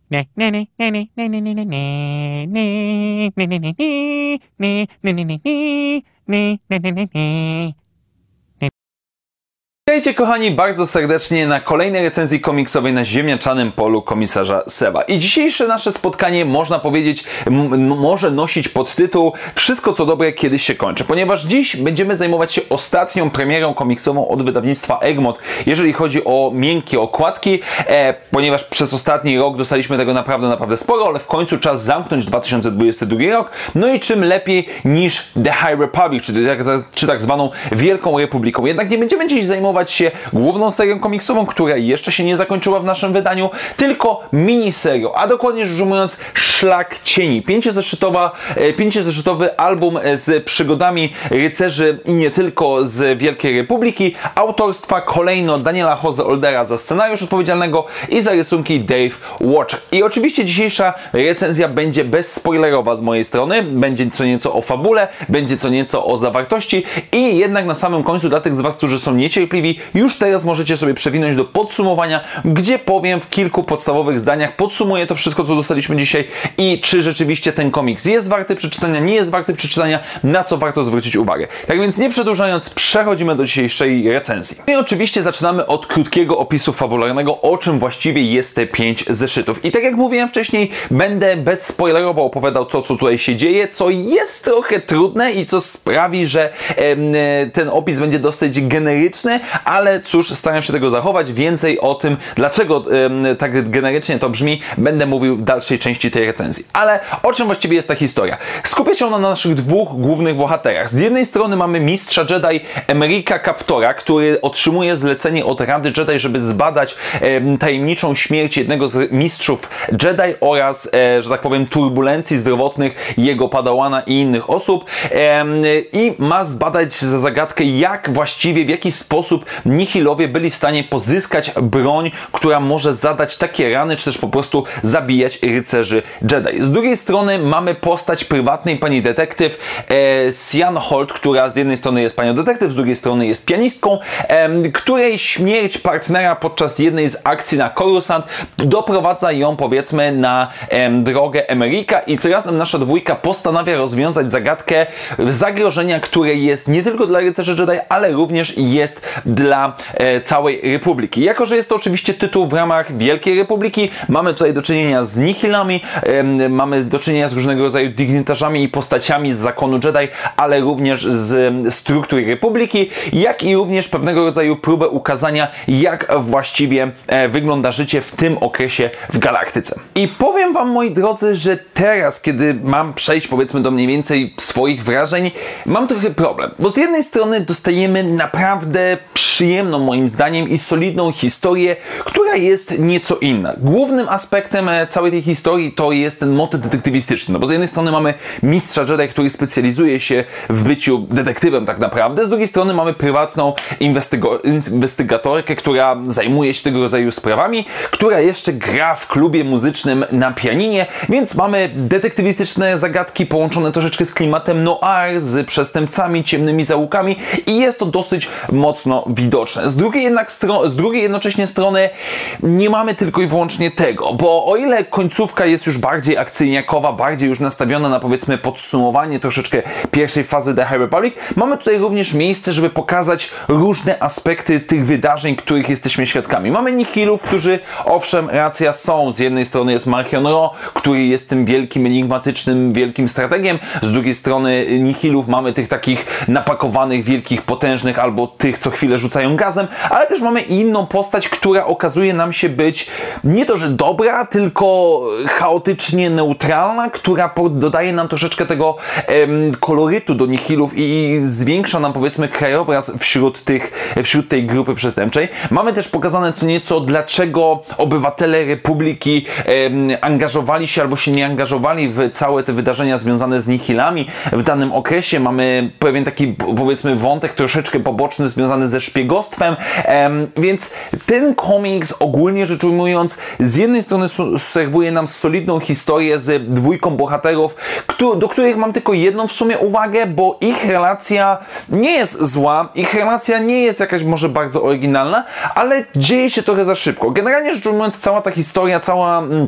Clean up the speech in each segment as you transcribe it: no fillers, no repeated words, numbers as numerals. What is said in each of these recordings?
Witajcie kochani bardzo serdecznie na kolejnej recenzji komiksowej na ziemniaczanym polu komisarza Seba. I dzisiejsze nasze spotkanie, można powiedzieć, może nosić podtytuł Wszystko co dobre kiedyś się kończy, ponieważ dziś będziemy zajmować się ostatnią premierą komiksową od wydawnictwa Egmont, jeżeli chodzi o miękkie okładki, ponieważ przez ostatni rok dostaliśmy tego naprawdę sporo, ale w końcu czas zamknąć 2022 rok, no i czym lepiej niż The High Republic, czy tak zwaną Wielką Republiką. Jednak nie będziemy dziś zajmować się główną serią komiksową, która jeszcze się nie zakończyła w naszym wydaniu, tylko miniserią, a dokładnie rzecz ujmując Szlak Cieni. Pięciozeszytowy album z przygodami rycerzy i nie tylko z Wielkiej Republiki, autorstwa kolejno Daniela Jose Oldera za scenariusz odpowiedzialnego i za rysunki Dave Watcher. I oczywiście dzisiejsza recenzja będzie bezspoilerowa z mojej strony, będzie co nieco o fabule, będzie co nieco o zawartości i jednak na samym końcu dla tych z Was, którzy są niecierpliwi, już teraz możecie sobie przewinąć do podsumowania, gdzie powiem w kilku podstawowych zdaniach, podsumuję to wszystko, co dostaliśmy dzisiaj i czy rzeczywiście ten komiks jest warty przeczytania, nie jest warty przeczytania, na co warto zwrócić uwagę. Tak więc nie przedłużając, przechodzimy do dzisiejszej recenzji. I oczywiście zaczynamy od krótkiego opisu fabularnego, o czym właściwie jest te 5 zeszytów. I tak jak mówiłem wcześniej, będę bezspoilerowo opowiadał to, co tutaj się dzieje, co jest trochę trudne i co sprawi, że ten opis będzie dosyć generyczny, ale cóż, staram się tego zachować. Więcej o tym, dlaczego tak generycznie to brzmi, będę mówił w dalszej części tej recenzji. Ale o czym właściwie jest ta historia? Skupia się ona na naszych dwóch głównych bohaterach. Z jednej strony mamy mistrza Jedi Emerika Kaptora, który otrzymuje zlecenie od Rady Jedi, żeby zbadać tajemniczą śmierć jednego z mistrzów Jedi oraz, że tak powiem, turbulencji zdrowotnych jego padałana i innych osób i ma zbadać za zagadkę, jak właściwie, w jaki sposób Nihilowie byli w stanie pozyskać broń, która może zadać takie rany, czy też po prostu zabijać rycerzy Jedi. Z drugiej strony mamy postać prywatnej pani detektyw Sian Holt, która z jednej strony jest panią detektyw, z drugiej strony jest pianistką, której śmierć partnera podczas jednej z akcji na Coruscant doprowadza ją, powiedzmy, na drogę Emerika i razem nasza dwójka postanawia rozwiązać zagadkę zagrożenia, które jest nie tylko dla rycerzy Jedi, ale również jest dla całej Republiki. Jako że jest to oczywiście tytuł w ramach Wielkiej Republiki, mamy tutaj do czynienia z Nihilami, mamy do czynienia z różnego rodzaju dygnitarzami i postaciami z zakonu Jedi, ale również z struktur Republiki, jak i również pewnego rodzaju próbę ukazania, jak właściwie wygląda życie w tym okresie w galaktyce. I powiem Wam, moi drodzy, że teraz, kiedy mam przejść, powiedzmy, do mniej więcej swoich wrażeń, mam trochę problem, bo z jednej strony dostajemy naprawdę przyjemną, moim zdaniem, i solidną historię, która jest nieco inna. Głównym aspektem całej tej historii to jest ten motyw detektywistyczny, no bo z jednej strony mamy mistrza Jedi, który specjalizuje się w byciu detektywem tak naprawdę, z drugiej strony mamy prywatną inwestygatorkę, która zajmuje się tego rodzaju sprawami, która jeszcze gra w klubie muzycznym na pianinie, więc mamy detektywistyczne zagadki połączone troszeczkę z klimatem noir, z przestępcami, ciemnymi zaułkami i jest to dosyć mocno widoczne. Z drugiej jednocześnie strony nie mamy tylko i wyłącznie tego, bo o ile końcówka jest już bardziej akcyjniakowa, bardziej już nastawiona na, powiedzmy, podsumowanie troszeczkę pierwszej fazy The High Republic, mamy tutaj również miejsce, żeby pokazać różne aspekty tych wydarzeń, których jesteśmy świadkami. Mamy Nihilów, którzy, owszem, racja, są. Z jednej strony jest Marchion Ro, który jest tym wielkim, enigmatycznym, wielkim strategiem. Z drugiej strony Nihilów mamy tych takich napakowanych, wielkich, potężnych, albo tych, co chwilę rzucają gazem, ale też mamy inną postać, która okazuje nam się być nie to, że dobra, tylko chaotycznie neutralna, która dodaje nam troszeczkę tego kolorytu do Nihilów i zwiększa nam, powiedzmy, krajobraz wśród tej grupy przestępczej. Mamy też pokazane co nieco, dlaczego obywatele Republiki angażowali się albo się nie angażowali w całe te wydarzenia związane z Nihilami w danym okresie. Mamy pewien taki, powiedzmy, wątek troszeczkę poboczny związany ze szpiegostwem, więc ten komiks, ogólnie rzecz ujmując, z jednej strony serwuje nam solidną historię z dwójką bohaterów, do których mam tylko jedną w sumie uwagę, bo ich relacja nie jest zła, ich relacja nie jest jakaś może bardzo oryginalna, ale dzieje się trochę za szybko. Generalnie rzecz ujmując, cała ta historia,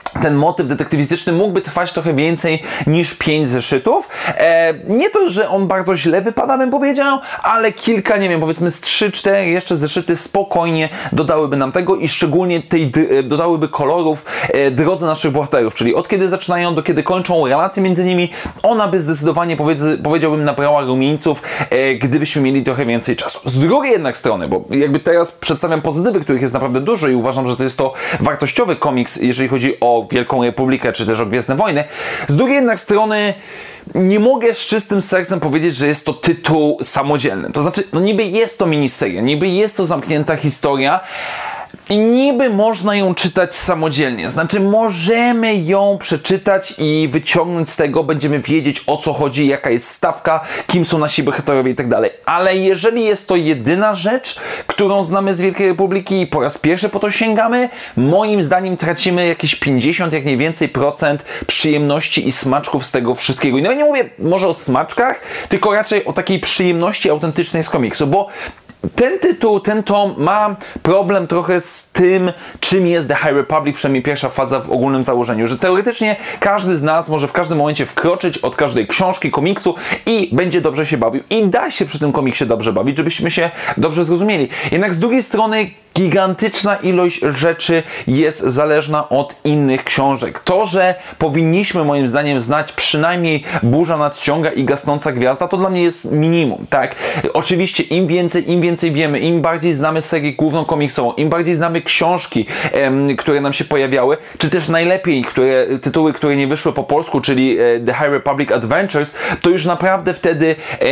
ten motyw detektywistyczny mógłby trwać trochę więcej niż 5 zeszytów. Nie to, że on bardzo źle wypada, bym powiedział, ale kilka, nie wiem, powiedzmy z 3-4 jeszcze zeszyty spokojnie dodałyby nam tego i szczególnie dodałyby kolorów drodze naszych bohaterów, czyli od kiedy zaczynają do kiedy kończą relacje między nimi, ona by zdecydowanie, powiedziałbym, nabrała rumieńców, gdybyśmy mieli trochę więcej czasu. Z drugiej jednak strony, bo jakby teraz przedstawiam pozytywy, których jest naprawdę dużo i uważam, że to jest to wartościowy komiks, jeżeli chodzi o Wielką Republikę, czy też o Gwiezdne Wojny. Z drugiej jednak strony nie mogę z czystym sercem powiedzieć, że jest to tytuł samodzielny. To znaczy, no niby jest to miniseria, niby jest to zamknięta historia, i niby można ją czytać samodzielnie, znaczy możemy ją przeczytać i wyciągnąć z tego, będziemy wiedzieć, o co chodzi, jaka jest stawka, kim są nasi bohaterowie i tak dalej. Ale jeżeli jest to jedyna rzecz, którą znamy z Wielkiej Republiki i po raz pierwszy po to sięgamy, moim zdaniem tracimy jakieś 50, jak nie więcej procent przyjemności i smaczków z tego wszystkiego. I no ja nie mówię może o smaczkach, tylko raczej o takiej przyjemności autentycznej z komiksu, bo ten tytuł, ten tom ma problem trochę z tym, czym jest The High Republic, przynajmniej pierwsza faza w ogólnym założeniu, że teoretycznie każdy z nas może w każdym momencie wkroczyć od każdej książki, komiksu i będzie dobrze się bawił. I da się przy tym komiksie dobrze bawić, żebyśmy się dobrze zrozumieli. Jednak z drugiej strony gigantyczna ilość rzeczy jest zależna od innych książek. To, że powinniśmy moim zdaniem znać przynajmniej Burza nadciąga i Gasnąca gwiazda, to dla mnie jest minimum, tak? Oczywiście im więcej wiemy, im bardziej znamy serię główną komiksową, im bardziej znamy książki, które nam się pojawiały, czy też najlepiej tytuły, które nie wyszły po polsku, czyli The High Republic Adventures, to już naprawdę wtedy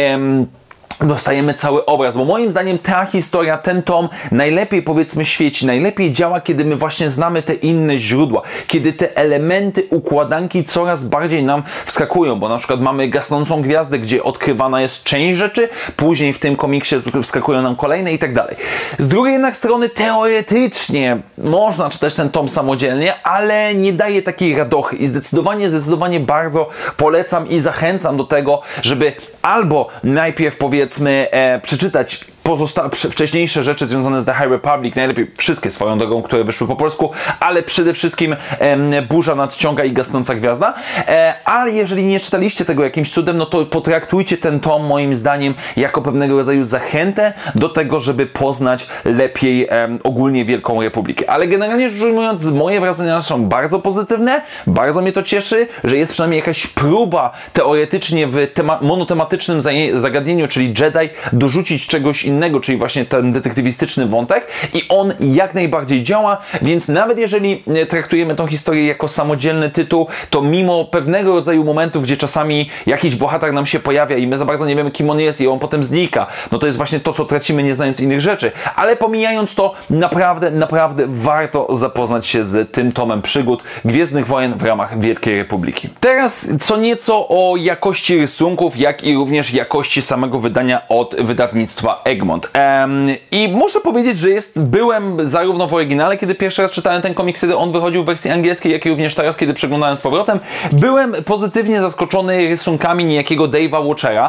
dostajemy cały obraz, bo moim zdaniem ta historia, ten tom najlepiej, powiedzmy, świeci, najlepiej działa, kiedy my właśnie znamy te inne źródła, kiedy te elementy układanki coraz bardziej nam wskakują, bo na przykład mamy Gasnącą gwiazdę, gdzie odkrywana jest część rzeczy, później w tym komiksie wskakują nam kolejne i tak dalej. Z drugiej jednak strony teoretycznie można czytać ten tom samodzielnie, ale nie daje takiej radochy i zdecydowanie bardzo polecam i zachęcam do tego, żeby albo najpierw, powiedzmy, przeczytać wcześniejsze rzeczy związane z The High Republic, najlepiej wszystkie swoją drogą, które wyszły po polsku, ale przede wszystkim Burza nadciąga i Gasnąca gwiazda, ale jeżeli nie czytaliście tego jakimś cudem, no to potraktujcie ten tom moim zdaniem jako pewnego rodzaju zachętę do tego, żeby poznać lepiej ogólnie Wielką Republikę. Ale generalnie rzecz ujmując, moje wrażenia są bardzo pozytywne, bardzo mnie to cieszy, że jest przynajmniej jakaś próba teoretycznie w monotematycznym zagadnieniu, czyli Jedi, dorzucić czegoś innego, czyli właśnie ten detektywistyczny wątek i on jak najbardziej działa, więc nawet jeżeli traktujemy tą historię jako samodzielny tytuł, to mimo pewnego rodzaju momentów, gdzie czasami jakiś bohater nam się pojawia i my za bardzo nie wiemy, kim on jest i on potem znika, no to jest właśnie to, co tracimy, nie znając innych rzeczy, ale pomijając to, naprawdę warto zapoznać się z tym tomem przygód Gwiezdnych Wojen w ramach Wielkiej Republiki. Teraz co nieco o jakości rysunków, jak i również jakości samego wydania od wydawnictwa Egmont. I muszę powiedzieć, że byłem zarówno w oryginale, kiedy pierwszy raz czytałem ten komiks, kiedy on wychodził w wersji angielskiej, jak i również teraz, kiedy przeglądałem z powrotem, byłem pozytywnie zaskoczony rysunkami niejakiego Dave'a Watchera,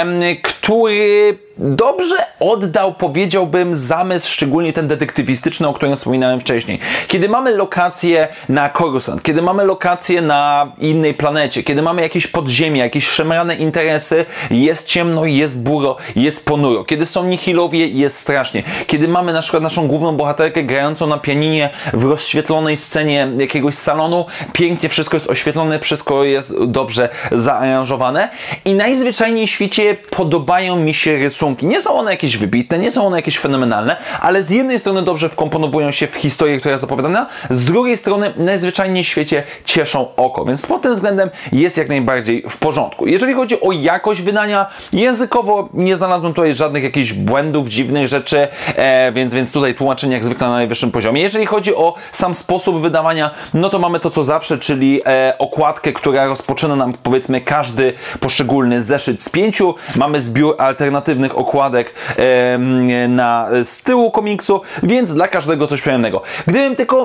który dobrze oddał, powiedziałbym, zamysł, szczególnie ten detektywistyczny, o którym wspominałem wcześniej. Kiedy mamy lokację na Coruscant, kiedy mamy lokację na innej planecie, kiedy mamy jakieś podziemie, jakieś szemrane interesy, jest ciemno, jest buro, jest ponuro. Kiedy są nihilowie, jest strasznie. Kiedy mamy na przykład naszą główną bohaterkę grającą na pianinie w rozświetlonej scenie jakiegoś salonu, pięknie wszystko jest oświetlone, wszystko jest dobrze zaaranżowane i najzwyczajniej w świecie podobają mi się rysunki. Nie są one jakieś wybitne, nie są one jakieś fenomenalne, ale z jednej strony dobrze wkomponowują się w historię, która jest opowiadana, z drugiej strony najzwyczajniej w świecie cieszą oko, więc pod tym względem jest jak najbardziej w porządku. Jeżeli chodzi o jakość wydania, językowo nie znalazłem tutaj żadnych jakichś błędów, dziwnych rzeczy, więc tutaj tłumaczenie jak zwykle na najwyższym poziomie. Jeżeli chodzi o sam sposób wydawania, no to mamy to co zawsze, czyli okładkę, która rozpoczyna nam, powiedzmy, każdy poszczególny zeszyt z 5. Mamy zbiór alternatywnych okładek z tyłu komiksu, więc dla każdego coś przyjemnego. Gdybym tylko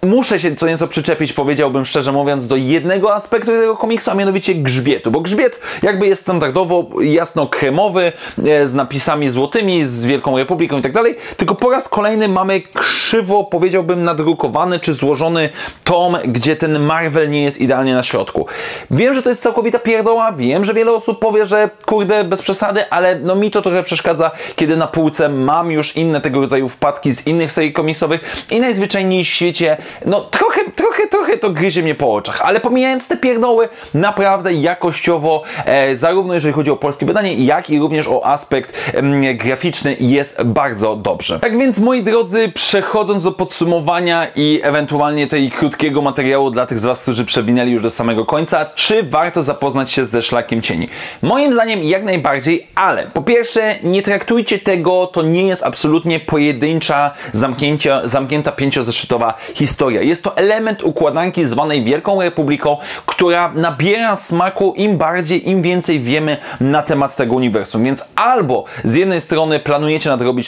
muszę się co nieco przyczepić, powiedziałbym szczerze mówiąc, do jednego aspektu tego komiksu, a mianowicie grzbietu, bo grzbiet jakby jest standardowo jasno-kremowy, z napisami złotymi, z Wielką Republiką i tak dalej, tylko po raz kolejny mamy krzywo, powiedziałbym, nadrukowany czy złożony tom, gdzie ten Marvel nie jest idealnie na środku. Wiem, że to jest całkowita pierdoła, wiem, że wiele osób powie, że kurde, bez przesady, ale no mi to trochę przeszkadza, kiedy na półce mam już inne tego rodzaju wpadki z innych serii komiksowych i najzwyczajniej w świecie, no trochę to gryzie mnie po oczach, ale pomijając te pierdoły, naprawdę jakościowo, zarówno jeżeli chodzi o polskie wydanie, jak i również o aspekt graficzny jest bardzo dobrze. Tak więc, moi drodzy, przechodząc do podsumowania i ewentualnie tej krótkiego materiału dla tych z Was, którzy przewinęli już do samego końca, czy warto zapoznać się ze Szlakiem Cieni? Moim zdaniem jak najbardziej, ale po pierwsze nie traktujcie tego, to nie jest absolutnie pojedyncza, zamknięta pięciozeszytowa historia. Jest to element układanki zwanej Wielką Republiką, która nabiera smaku im bardziej, im więcej wiemy na temat tego uniwersum. Więc albo z jednej strony planujecie nadrobić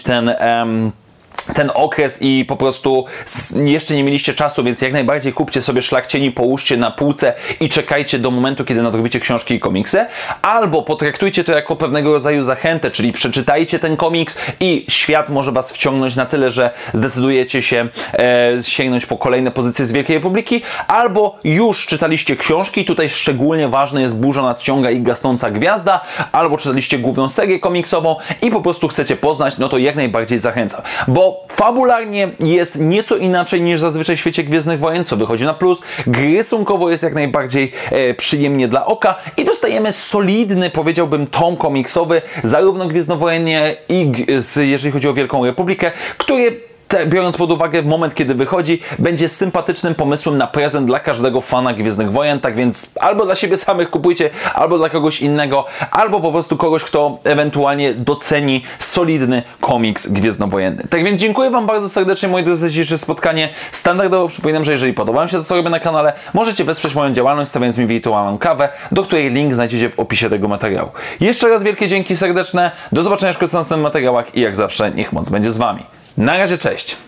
ten okres i po prostu jeszcze nie mieliście czasu, więc jak najbardziej kupcie sobie Szlak Cieni, połóżcie na półce i czekajcie do momentu, kiedy nadrobicie książki i komiksy, albo potraktujcie to jako pewnego rodzaju zachętę, czyli przeczytajcie ten komiks i świat może Was wciągnąć na tyle, że zdecydujecie się sięgnąć po kolejne pozycje z Wielkiej Republiki, albo już czytaliście książki, tutaj szczególnie ważne jest Burza nadciąga i Gasnąca Gwiazda, albo czytaliście główną serię komiksową i po prostu chcecie poznać, no to jak najbardziej zachęcam, bo fabularnie jest nieco inaczej niż zazwyczaj w świecie Gwiezdnych Wojen, co wychodzi na plus. Rysunkowo jest jak najbardziej przyjemnie dla oka i dostajemy solidny, powiedziałbym, tom komiksowy, zarówno gwiezdnowojennie i jeżeli chodzi o Wielką Republikę, który biorąc pod uwagę moment, kiedy wychodzi, będzie sympatycznym pomysłem na prezent dla każdego fana Gwiezdnych Wojen, tak więc albo dla siebie samych kupujcie, albo dla kogoś innego, albo po prostu kogoś, kto ewentualnie doceni solidny komiks gwiezdnowojenny. Tak więc dziękuję Wam bardzo serdecznie, moi drodzy, za dzisiejsze spotkanie. Standardowo przypominam, że jeżeli podoba Wam się to, co robię na kanale, możecie wesprzeć moją działalność, stawiając mi wirtualną kawę, do której link znajdziecie w opisie tego materiału. Jeszcze raz wielkie dzięki serdeczne, do zobaczenia w następnych materiałach i jak zawsze niech moc będzie z Wami. Na razie, cześć!